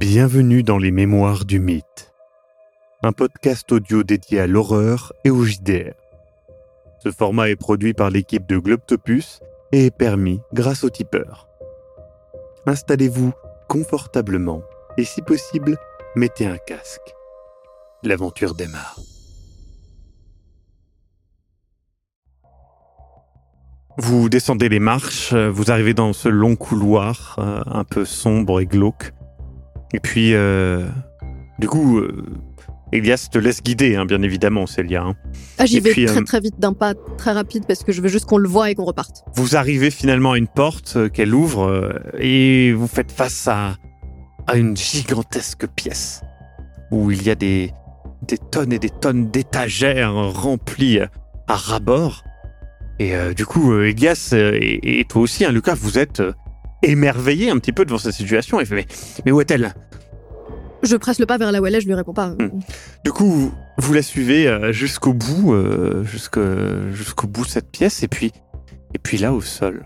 Bienvenue dans les Mémoires du Mythe, un podcast audio dédié à l'horreur et au JDR. Ce format est produit par l'équipe de Globtopus et est permis grâce au tipeur. Installez-vous confortablement et si possible, mettez un casque. L'aventure démarre. Vous descendez les marches, vous arrivez dans ce long couloir un peu sombre et glauque. Et puis, Elias te laisse guider, bien évidemment, Célia. J'y vais très vite, d'un pas très rapide, parce que je veux juste qu'on le voie et qu'on reparte. Vous arrivez finalement à une porte qu'elle ouvre et vous faites face à une gigantesque pièce où il y a des tonnes et des tonnes d'étagères remplies à ras-bord. Et Elias et toi aussi, Lucas, vous êtes émerveillé un petit peu devant cette situation. Il fait mais où est-elle ? Je presse le pas vers là où elle est, je lui réponds pas. Du coup, vous la suivez jusqu'au bout, jusqu'au bout de cette pièce, et puis là au sol.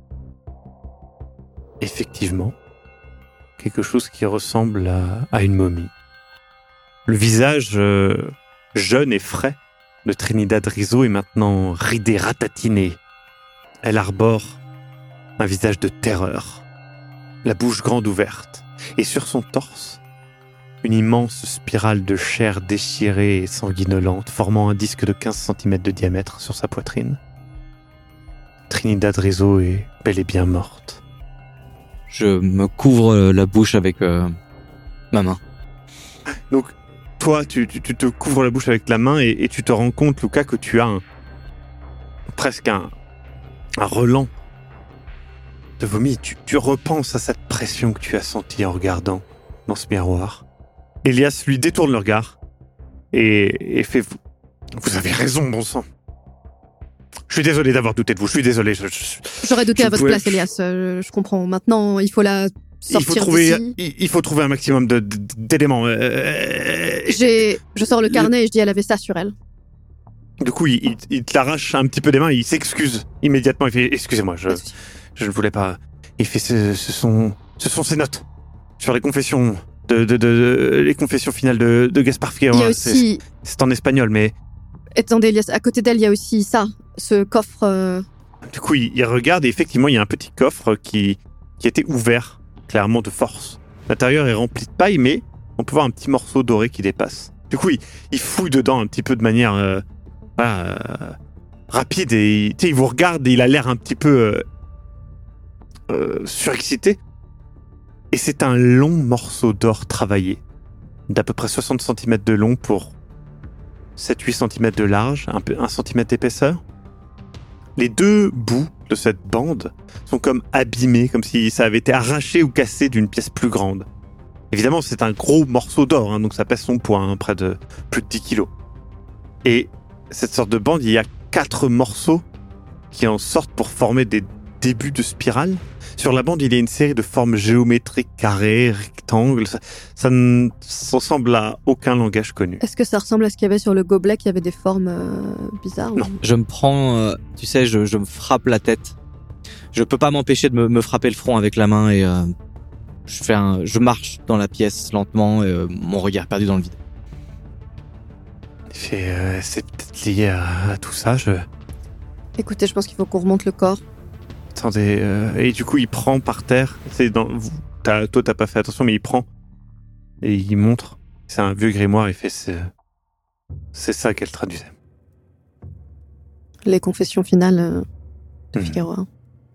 Effectivement, quelque chose qui ressemble à une momie. Le visage jeune et frais de Trinidad Rizzo est maintenant ridé, ratatiné. Elle arbore un visage de terreur, la bouche grande ouverte, et sur son torse, une immense spirale de chair déchirée et sanguinolente, formant un disque de 15 cm de diamètre sur sa poitrine. Trinidad Rizzo est bel et bien morte. Je me couvre la bouche avec ma main. Donc, toi, tu te couvres la bouche avec la main et tu te rends compte, Lucas, que tu as presque un relent de vomi. Tu repenses à cette pression que tu as sentie en regardant dans ce miroir. Elias lui détourne le regard et fait « Vous avez raison, bon sang. Je suis désolé d'avoir douté de vous, je suis désolé. J'aurais douté à votre place, Elias, je comprends. Maintenant, il faut la sortir d'ici. Il faut trouver un maximum d'éléments. Je sors le carnet et je dis elle avait ça sur elle. Du coup, il te l'arrache un petit peu des mains, il s'excuse immédiatement. Il fait « Excusez-moi, je ne voulais pas... » Il fait « Ce sont ces notes sur les confessions... les confessions finales de Gaspard Figueroa. Il y a aussi... C'est en espagnol, mais... Attendez, Elias, à côté d'elle, il y a aussi ça, ce coffre... Du coup, il regarde et effectivement, il y a un petit coffre qui a été ouvert, clairement de force. L'intérieur est rempli de paille, mais on peut voir un petit morceau doré qui dépasse. Du coup, il fouille dedans un petit peu de manière rapide et il vous regarde et il a l'air un petit peu surexcité. Et c'est un long morceau d'or travaillé, d'à peu près 60 cm de long pour 7-8 cm de large, 1 cm d'épaisseur. Les deux bouts de cette bande sont comme abîmés, comme si ça avait été arraché ou cassé d'une pièce plus grande. Évidemment, c'est un gros morceau d'or, donc ça pèse son poids, près de plus de 10 kilos. Et cette sorte de bande, il y a 4 morceaux qui en sortent pour former des débuts de spirale. Sur la bande, il y a une série de formes géométriques, carrés, rectangles. Ça ne ressemble à aucun langage connu. Est-ce que ça ressemble à ce qu'il y avait sur le gobelet, qui avait des formes bizarres? Non. Je me prends, je me frappe la tête. Je peux pas m'empêcher de me frapper le front avec la main et je marche dans la pièce lentement, mon regard perdu dans le vide. C'est peut-être lié à tout ça, Écoutez, je pense qu'il faut qu'on remonte le corps. Attendez, et du coup il prend par terre, toi t'as pas fait attention, mais il prend et il montre, c'est un vieux grimoire, il fait c'est ça qu'elle traduisait. Les confessions finales de Figueroa.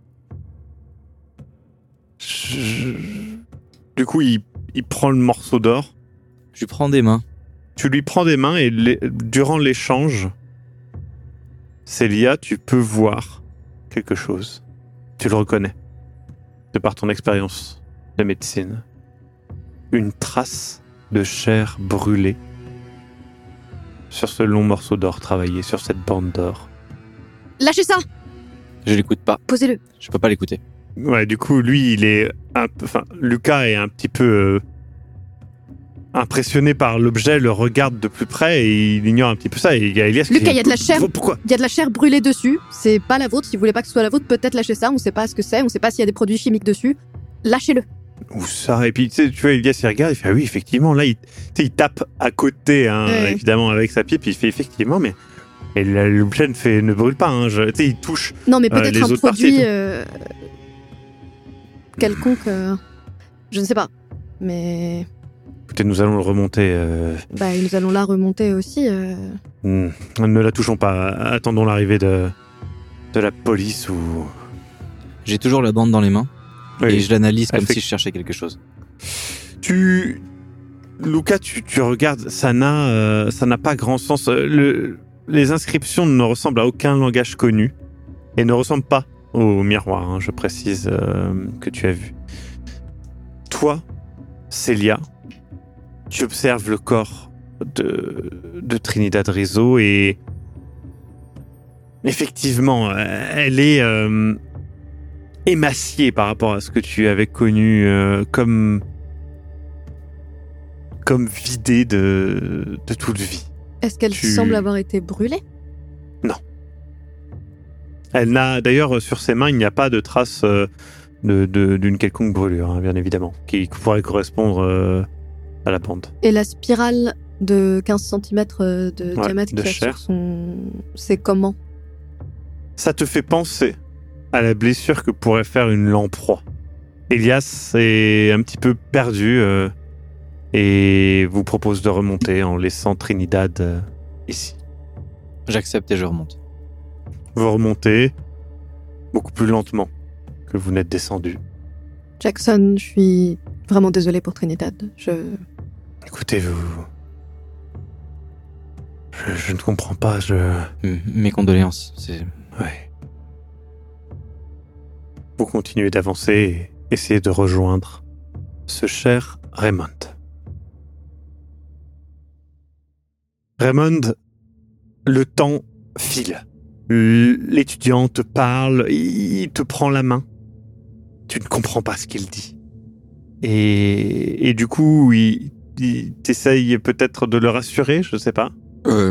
Du coup il prend le morceau d'or. Je lui prends des mains. Tu lui prends des mains et durant l'échange, Célia, tu peux voir quelque chose. Tu le reconnais, de par ton expérience de médecine. Une trace de chair brûlée sur ce long morceau d'or travaillé, sur cette bande d'or. Lâchez ça! Je l'écoute pas. Posez-le. Je peux pas l'écouter. Ouais, du coup, lui, Lucas est un petit peu impressionné par l'objet, le regarde de plus près et il ignore un petit peu ça. Et il y a Elias Lucas, il y a de la chair. Pourquoi ? Il y a de la chair brûlée dessus. C'est pas la vôtre. Si vous voulez pas que ce soit la vôtre, peut-être lâchez ça. On sait pas ce que c'est. On sait pas s'il y a des produits chimiques dessus. Lâchez-le. Où ça? Et puis, tu vois, Elias, il regarde, il fait, ah oui, effectivement, là, il tape à côté, hein, évidemment, avec sa pipe, il fait, effectivement, mais et l'objet ne brûle pas, hein, il touche. Non, mais peut-être les un autres produit parties, quelconque, je ne sais pas, mais... Écoutez, nous allons le remonter. nous allons la remonter aussi. Ne la touchons pas, attendons l'arrivée de la police ou... J'ai toujours la bande dans les mains. Oui. Et je l'analyse comme si je cherchais quelque chose. Luca, tu regardes, ça n'a pas grand sens. Les inscriptions ne ressemblent à aucun langage connu et ne ressemblent pas au miroir, hein, je précise, que tu as vu. Toi, Célia, tu observes le corps de Trinidad Rizzo et effectivement, elle est émaciée par rapport à ce que tu avais connu, comme vidée de toute vie. Est-ce qu'elle semble avoir été brûlée? Non. Elle n'a, d'ailleurs, sur ses mains, il n'y a pas de trace d'une quelconque brûlure, hein, bien évidemment, qui pourrait correspondre à la bande. Et la spirale de 15 cm de diamètre de qu'il y a chair. sur son... C'est comment? Ça te fait penser à la blessure que pourrait faire une lamproie. Elias est un petit peu perdu et vous propose de remonter en laissant Trinidad ici. J'accepte et je remonte. Vous remontez beaucoup plus lentement que vous n'êtes descendu. Jackson, je suis vraiment désolée pour Trinidad. Écoutez, je ne comprends pas, Mes condoléances, c'est... Ouais. Vous continuez d'avancer et essayez de rejoindre ce cher Raymond. Raymond, le temps file. L'étudiant te parle, il te prend la main. Tu ne comprends pas ce qu'il dit. Et du coup, il t'essaye peut-être de le rassurer, je sais pas.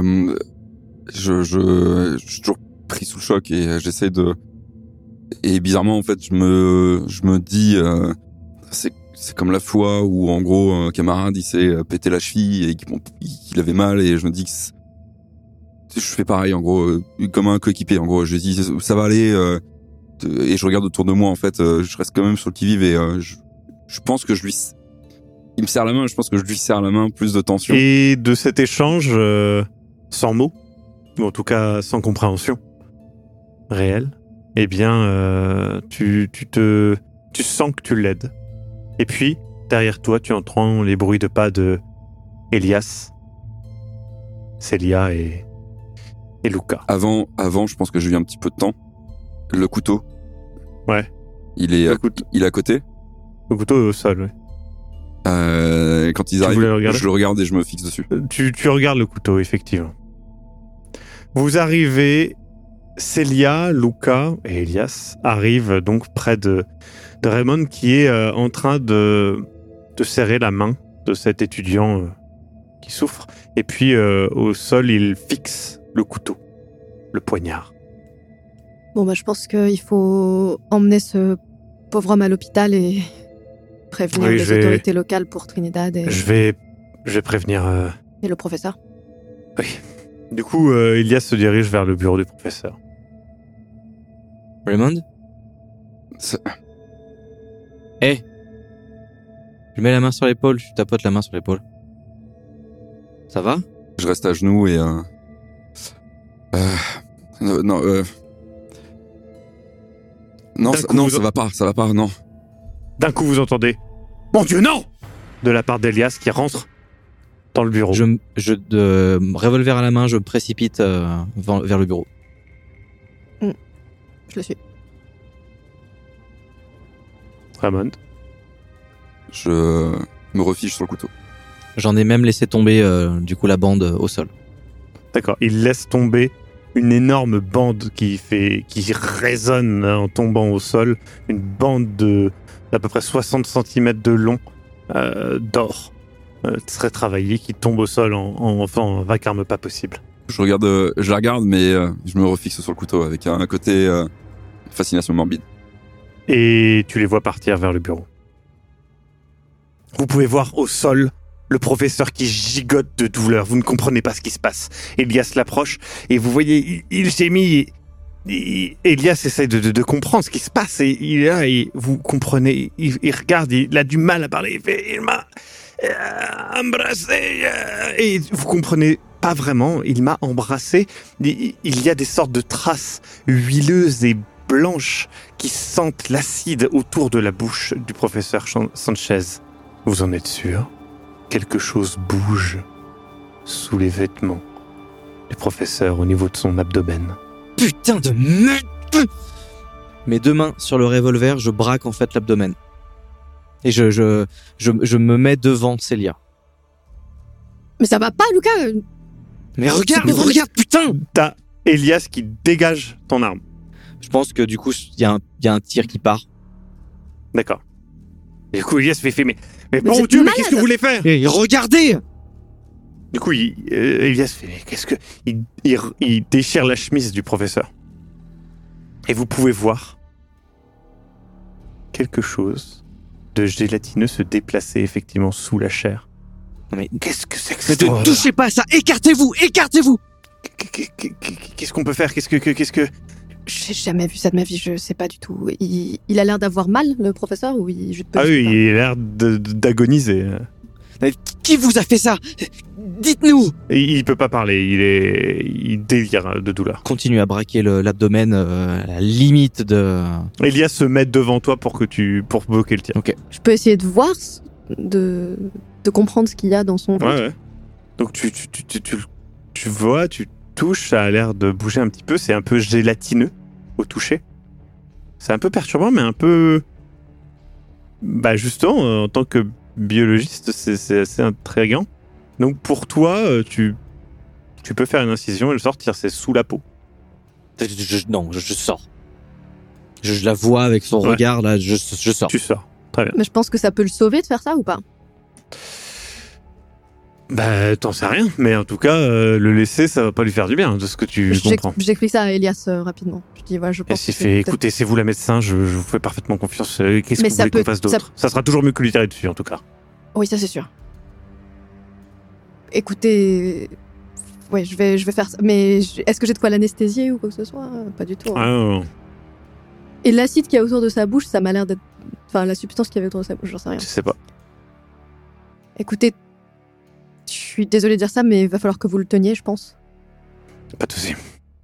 Je suis toujours pris sous le choc et j'essaie de... Et bizarrement, en fait, je me dis... c'est comme la fois où, en gros, un camarade, il s'est pété la cheville et qu'il avait mal, et je me dis que je fais pareil, en gros, comme un coéquipier, en gros. Je dis, ça va aller, et je regarde autour de moi, en fait, je reste quand même sur le qui-vive, et je pense que il me serre la main, je pense que je lui serre la main, plus de tension. Et de cet échange, sans mots, ou en tout cas sans compréhension réelle, eh bien, tu sens que tu l'aides. Et puis, derrière toi, tu entends les bruits de pas de Elias, Célia et Luca. Avant, je pense que j'ai eu un petit peu de temps. Le couteau. Ouais. Il est à côté. Le couteau est au sol, ouais. Quand ils arrivent, je le regarde et je me fixe dessus. Tu regardes le couteau, effectivement. Vous arrivez, Célia, Luca et Elias arrivent donc près de Raymond, qui est en train de serrer la main de cet étudiant qui souffre. Et puis au sol, il fixe le couteau, le poignard. Bon, je pense qu'il faut emmener ce pauvre homme à l'hôpital et prévenir les autorités locales pour Trinidad. Je vais prévenir... Et le professeur. Oui. Du coup, Elias se dirige vers le bureau du professeur. Raymond ? Je mets la main sur l'épaule, je tapote la main sur l'épaule. Ça va ? Je reste à genoux et... Non, ça va pas, non. D'un coup, vous entendez « Mon Dieu, non !» de la part d'Elias qui rentre dans le bureau. Revolver à la main, je me précipite vers le bureau. Je le suis. Raymond. Je me refiche sur le couteau. J'en ai même laissé tomber du coup la bande au sol. D'accord, il laisse tomber une énorme bande qui résonne en tombant au sol, une bande d'à peu près 60 cm de long d'or très travaillé qui tombe au sol en un vacarme pas possible. Je la regarde, mais je me refixe sur le couteau avec un côté fascination morbide. Et tu les vois partir vers le bureau. Vous pouvez voir au sol le professeur qui gigote de douleur. Vous ne comprenez pas ce qui se passe. Elias l'approche et vous voyez, il gémit. Elias essaie de comprendre ce qui se passe et il est là et vous comprenez. Il regarde, il a du mal à parler. Il fait, il m'a embrassé et vous comprenez pas vraiment. Il m'a embrassé. Il y a des sortes de traces huileuses et blanches qui sentent l'acide autour de la bouche du professeur Sanchez. Vous en êtes sûr ? Quelque chose bouge sous les vêtements du professeur au niveau de son abdomen. Putain de merde! Mes 2 mains sur le revolver, je braque en fait l'abdomen. Et je me mets devant Célia. Mais ça va pas, Lucas! Mais regarde, putain! T'as Elias qui dégage ton arme. Je pense que du coup, il y a un tir qui part. D'accord. Et du coup, Elias fait mais bon Dieu, mais qu'est-ce que vous voulez faire? Et regardez! Du coup, Elias fait, mais qu'est-ce que... Il déchire la chemise du professeur. Et vous pouvez voir quelque chose de gélatineux se déplacer effectivement sous la chair. Mais qu'est-ce que c'est que ça? Ne touchez pas à ça! Écartez-vous! Qu'est-ce qu'on peut faire? Qu'est-ce que... J'ai jamais vu ça de ma vie, je sais pas du tout. Il a l'air d'avoir mal, le professeur, ou il juste Ah oui, il a l'air d'agoniser. Mais qui vous a fait ça? Dites-nous! Il peut pas parler, il délire de douleur. Continue à braquer l'abdomen à la limite de... Elias se met devant toi pour bloquer le tir. Ok. Je peux essayer de voir, de comprendre ce qu'il y a dans son ventre. Ouais. Donc tu vois, tu touches, ça a l'air de bouger un petit peu, c'est un peu gélatineux au toucher. C'est un peu perturbant, mais un peu... Bah justement, en tant que biologiste, c'est assez intriguant. Donc pour toi, tu peux faire une incision et le sortir, c'est sous la peau. Non, je sors. Je la vois avec son regard, là, je sors. Tu sors, très bien. Mais je pense que ça peut le sauver de faire ça ou pas? Bah, t'en sais rien, mais en tout cas, le laisser, ça va pas lui faire du bien, de ce que tu comprends. J'explique ça à Elias rapidement. Je dis, ouais, je pense que c'est écoutez, c'est vous la médecin, je vous fais parfaitement confiance. Qu'est-ce que vous voulez qu'on fasse d'autre? Ça sera toujours mieux que lui tirer dessus, en tout cas. Oui, ça c'est sûr. Écoutez... Ouais, je vais faire ça. Mais est-ce que j'ai de quoi l'anesthésier ou quoi que ce soit? Pas du tout. Hein. Ah non. Et l'acide qu'il y a autour de sa bouche, ça m'a l'air d'être... Enfin, la substance qu'il y avait autour de sa bouche, j'en sais rien. Je sais pas. Écoutez... Je suis désolée de dire ça, mais il va falloir que vous le teniez, je pense. Pas de souci.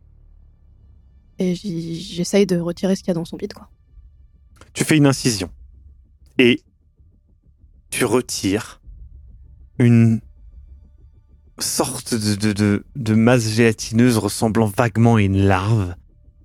Et j'essaye de retirer ce qu'il y a dans son bide, quoi. Tu fais une incision. Et tu retires une sorte de masse gélatineuse ressemblant vaguement à une larve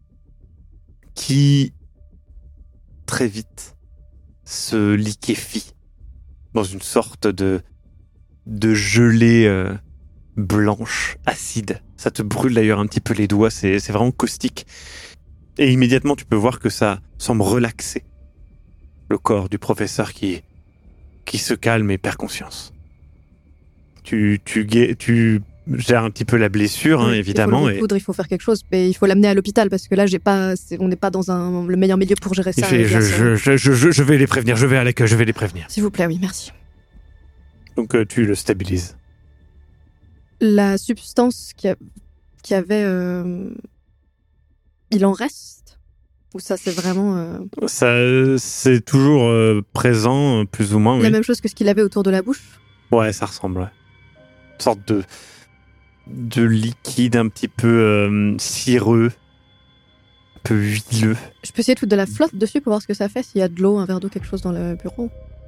qui, très vite, se liquéfie dans une sorte de gelée blanche, acide. Ça te brûle d'ailleurs un petit peu les doigts, c'est vraiment caustique. Et immédiatement, tu peux voir que ça semble relaxer le corps du professeur qui se calme et perd conscience. Tu gères un petit peu la blessure, oui, évidemment. Il faut faire quelque chose, mais il faut l'amener à l'hôpital parce que là, on n'est pas dans le meilleur milieu pour gérer ça. Je vais les prévenir, je vais à l'accueil, je vais les prévenir. S'il vous plaît, oui, merci. Donc tu le stabilises. La substance qu'il y avait, il en reste? Ou ça, c'est vraiment... Ça, c'est toujours présent, plus ou moins, oui. La même chose que ce qu'il avait autour de la bouche? Ouais, ça ressemble, ouais. Une sorte de liquide un petit peu cireux, un peu huileux. Je peux essayer de foutre de la flotte dessus pour voir ce que ça fait, s'il y a de l'eau, un verre d'eau, quelque chose dans le bureau.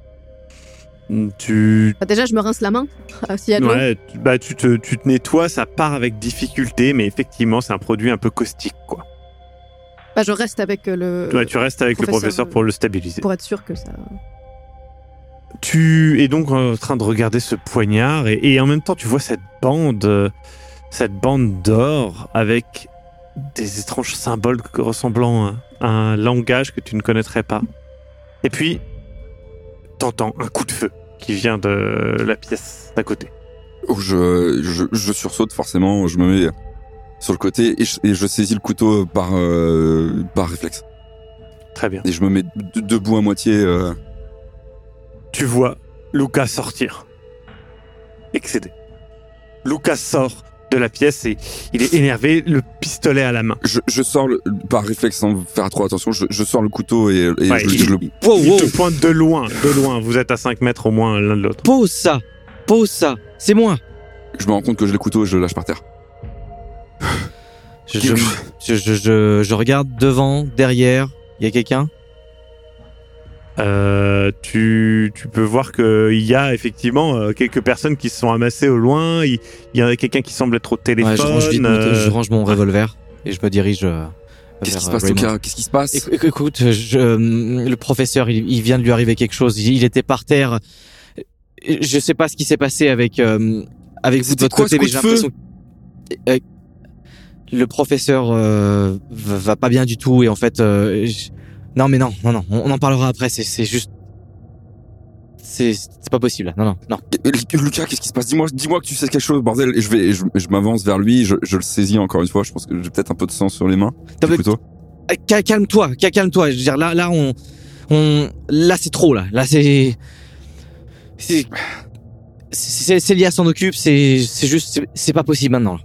Déjà, je me rince la main, s'il y a de l'eau. Ouais, tu te nettoies, ça part avec difficulté, mais effectivement, c'est un produit un peu caustique, quoi. Je reste avec le... Ouais, tu restes avec le professeur pour le stabiliser. Pour être sûr que ça... Tu es donc en train de regarder ce poignard et en même temps, tu vois cette bande d'or avec des étranges symboles ressemblant à un langage que tu ne connaîtrais pas. Et puis, t'entends un coup de feu qui vient de la pièce d'à côté. Je sursaute forcément, je me mets sur le côté et je saisis le couteau par réflexe. Très bien. Et je me mets debout à moitié. Tu vois Lucas sortir. Excédé. Lucas sort de la pièce et il est énervé, le pistolet à la main. Je sors, par réflexe, sans faire trop attention, je sors le couteau et Ouais, je le... il te pointe de loin. Vous êtes à 5 mètres au moins l'un de l'autre. Pose ça, c'est moi. Je me rends compte que j'ai le couteau et je le lâche par terre. Je regarde devant, derrière, il y a quelqu'un? Tu peux voir qu'il y a effectivement quelques personnes qui se sont amassées au loin. Il y a quelqu'un qui semble être au téléphone. Ouais, je range mon revolver et je me dirige Qu'est-ce vers qui se passe, Raymond. Lucas? Qu'est-ce qui se passe? Écoute, le professeur, il vient de lui arriver quelque chose. Il était par terre. Je sais pas ce qui s'est passé avec vous de votre côté, mais j'ai l'impression que le professeur va pas bien du tout et en fait, non, on en parlera après. C'est juste, c'est pas possible. Non. Lucas, qu'est-ce qui se passe? Dis-moi que tu sais quelque chose, bordel. Et je m'avance vers lui. Je le saisis encore une fois. Je pense que j'ai peut-être un peu de sang sur les mains. Calme-toi. Je veux dire, là, là, c'est trop, là. Là, c'est Célia s'en occupe. C'est juste, c'est pas possible maintenant.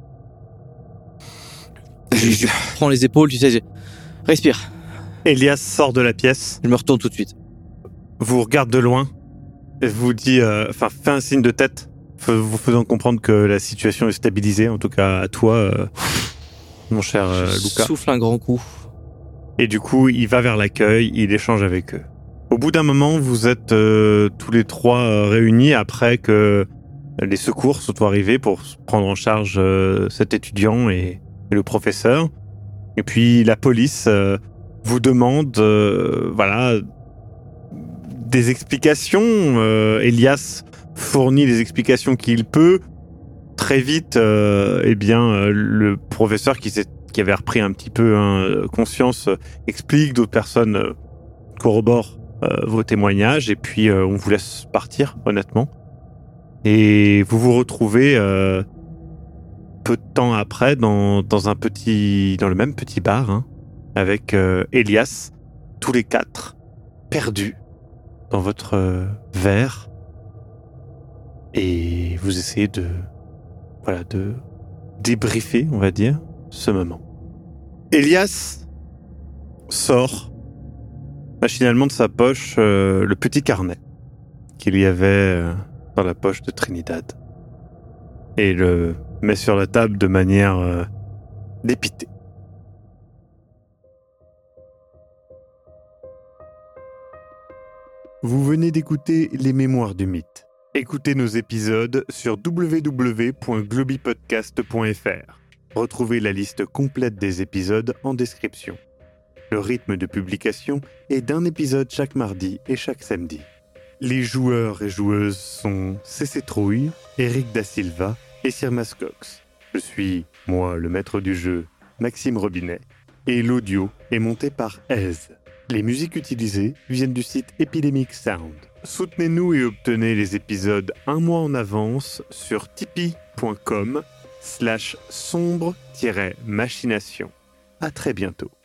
Je prends les épaules, tu sais. Respire. Elias sort de la pièce. Je me retourne tout de suite. Vous regarde de loin. Et vous dit, fait un signe de tête, vous faisant comprendre que la situation est stabilisée, en tout cas à toi, mon cher Lucas. Souffle un grand coup. Et du coup, il va vers l'accueil, il échange avec eux. Au bout d'un moment, vous êtes tous les trois réunis après que les secours sont arrivés pour prendre en charge cet étudiant et le professeur. Et puis la police vous demande, des explications. Elias fournit les explications qu'il peut. Très vite, le professeur qui avait repris un petit peu conscience explique, d'autres personnes corroborent vos témoignages, et puis on vous laisse partir, honnêtement. Et vous vous retrouvez peu de temps après dans le même petit bar, avec Elias, tous les quatre, perdus dans votre verre, et vous essayez de débriefer, on va dire, ce moment. Elias sort machinalement de sa poche le petit carnet qu'il y avait dans la poche de Trinidad et le met sur la table de manière dépitée. Vous venez d'écouter Les Mémoires du Mythe. Écoutez nos épisodes sur www.globipodcast.fr. Retrouvez la liste complète des épisodes en description. Le rythme de publication est d'un épisode chaque mardi et chaque samedi. Les joueurs et joueuses sont CC Trouille, Eric Da Silva et Sirmas Cox. Je suis, moi, le maître du jeu, Maxime Robinet, et l'audio est monté par Aise. Les musiques utilisées viennent du site Epidemic Sound. Soutenez-nous et obtenez les épisodes un mois en avance sur tipeee.com/sombre-machination. À très bientôt.